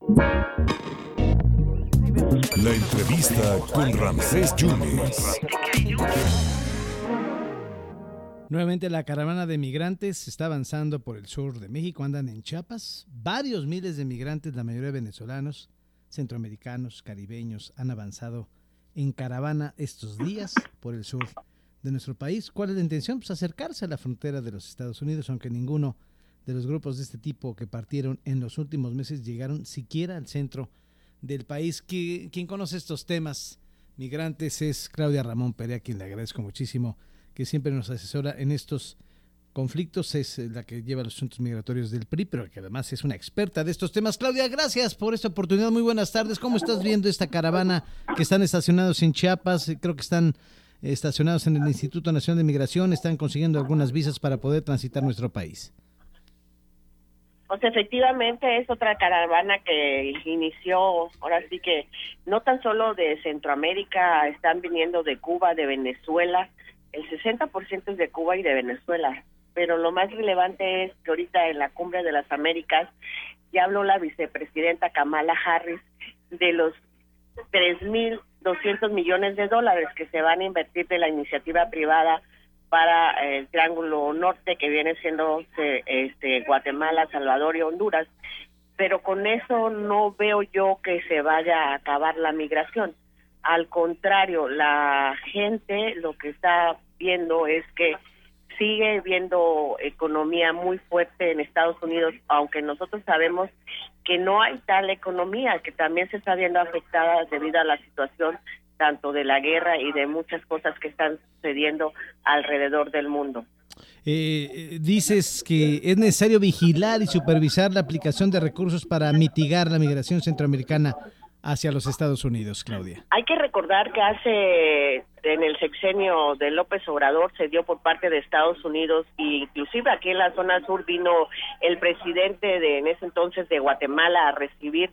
La entrevista con Ramsés Yunes. Nuevamente la caravana de migrantes está avanzando por el sur de México, andan en Chiapas. Varios miles de migrantes, la mayoría venezolanos, centroamericanos, caribeños, han avanzado en caravana estos días por el sur de nuestro país. ¿Cuál es la intención? Pues acercarse a la frontera de los Estados Unidos, aunque ninguno de los grupos de este tipo que partieron en los últimos meses llegaron siquiera al centro del país. Quien conoce estos temas migrantes es Claudia Ramón Perea, a quien le agradezco muchísimo que siempre nos asesora en estos conflictos. Es la que lleva los asuntos migratorios del PRI, pero que además es una experta de estos temas. Claudia, gracias por esta oportunidad. Muy buenas tardes. ¿Cómo estás viendo esta caravana que están estacionados en Chiapas? Creo que están estacionados en el Instituto Nacional de Migración, están consiguiendo algunas visas para poder transitar nuestro país. Pues efectivamente es otra caravana que inició, ahora sí que no tan solo de Centroamérica, están viniendo de Cuba, de Venezuela, el 60% es de Cuba y de Venezuela, pero lo más relevante es que ahorita en la Cumbre de las Américas ya habló la vicepresidenta Kamala Harris de los 3.200 millones de dólares que se van a invertir de la iniciativa privada para el Triángulo Norte, que viene siendo Guatemala, Salvador y Honduras, pero con eso no veo yo que se vaya a acabar la migración. Al contrario, la gente lo que está viendo es que sigue viendo economía muy fuerte en Estados Unidos, aunque nosotros sabemos que no hay tal economía, que también se está viendo afectada debido a la situación tanto de la guerra y de muchas cosas que están sucediendo alrededor del mundo. Dices que es necesario vigilar y supervisar la aplicación de recursos para mitigar la migración centroamericana hacia los Estados Unidos, Claudia. Hay que recordar que en el sexenio de López Obrador se dio por parte de Estados Unidos, e inclusive aquí en la zona sur vino el presidente en ese entonces de Guatemala a recibir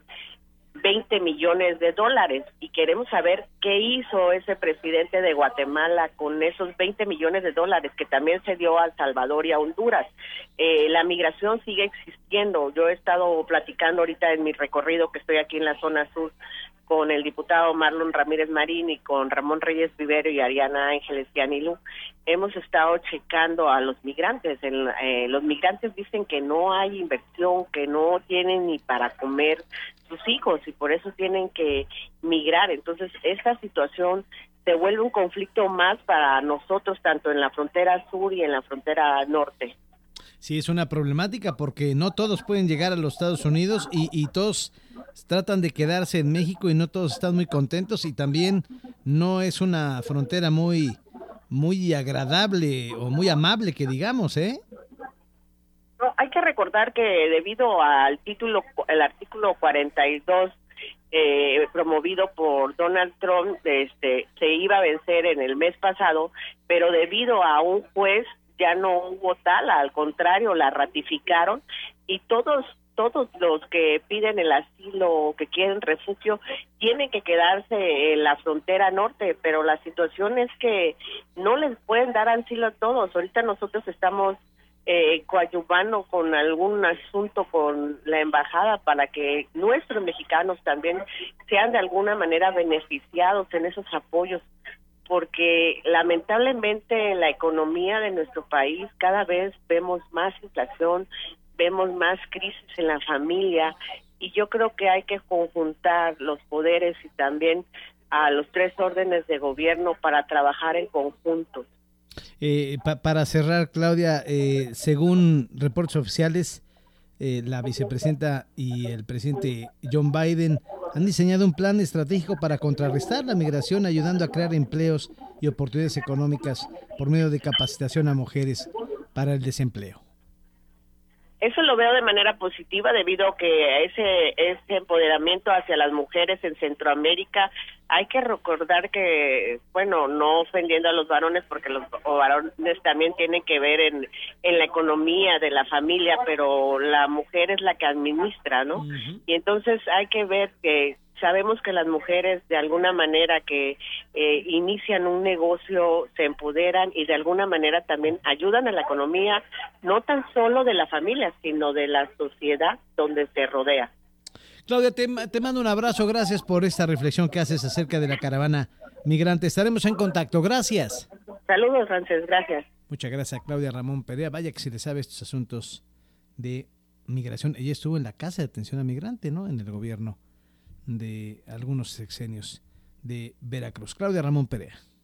20 millones de dólares, y queremos saber qué hizo ese presidente de Guatemala con esos 20 millones de dólares que también se dio a El Salvador y a Honduras. La migración sigue existiendo. Yo he estado platicando ahorita en mi recorrido, que estoy aquí en la zona sur, con el diputado Marlon Ramírez Marín y con Ramón Reyes Vivero y Ariana Ángeles Yanilú. Hemos estado checando a los migrantes. Los migrantes dicen que no hay inversión, que no tienen ni para comer sus hijos y por eso tienen que migrar. Entonces, esta situación se vuelve un conflicto más para nosotros, tanto en la frontera sur y en la frontera norte. Sí, es una problemática porque no todos pueden llegar a los Estados Unidos y todos tratan de quedarse en México y no todos están muy contentos, y también no es una frontera muy agradable o muy amable, que digamos, ¿eh? No, hay que recordar que debido al el artículo 42 promovido por Donald Trump, se iba a vencer en el mes pasado, pero debido a un juez ya no hubo tal, al contrario, la ratificaron, y todos los que piden el asilo o que quieren refugio tienen que quedarse en la frontera norte, pero la situación es que no les pueden dar asilo a todos. Ahorita nosotros estamos coadyuvando con algún asunto con la embajada para que nuestros mexicanos también sean de alguna manera beneficiados en esos apoyos, porque lamentablemente en la economía de nuestro país cada vez vemos más inflación, vemos más crisis en la familia, y yo creo que hay que conjuntar los poderes y también a los tres órdenes de gobierno para trabajar en conjunto. Para cerrar, Claudia, según reportes oficiales, la vicepresidenta y el presidente John Biden han diseñado un plan estratégico para contrarrestar la migración, ayudando a crear empleos y oportunidades económicas por medio de capacitación a mujeres para el desempleo. Eso lo veo de manera positiva debido a que ese empoderamiento hacia las mujeres en Centroamérica, hay que recordar que, bueno, no ofendiendo a los varones, porque los varones también tienen que ver en la economía de la familia, pero la mujer es la que administra, ¿no? Uh-huh. Y entonces hay que ver que sabemos que las mujeres de alguna manera que inician un negocio se empoderan y de alguna manera también ayudan a la economía, no tan solo de la familia, sino de la sociedad donde se rodea. Claudia, te mando un abrazo, gracias por esta reflexión que haces acerca de la caravana migrante. Estaremos en contacto, gracias. Saludos, Ramsés, gracias. Muchas gracias, Claudia Ramón Perea. Vaya que si le sabe estos asuntos de migración. Ella estuvo en la Casa de Atención a Migrante, ¿no? En el gobierno de algunos sexenios de Veracruz. Claudia Ramón Perea.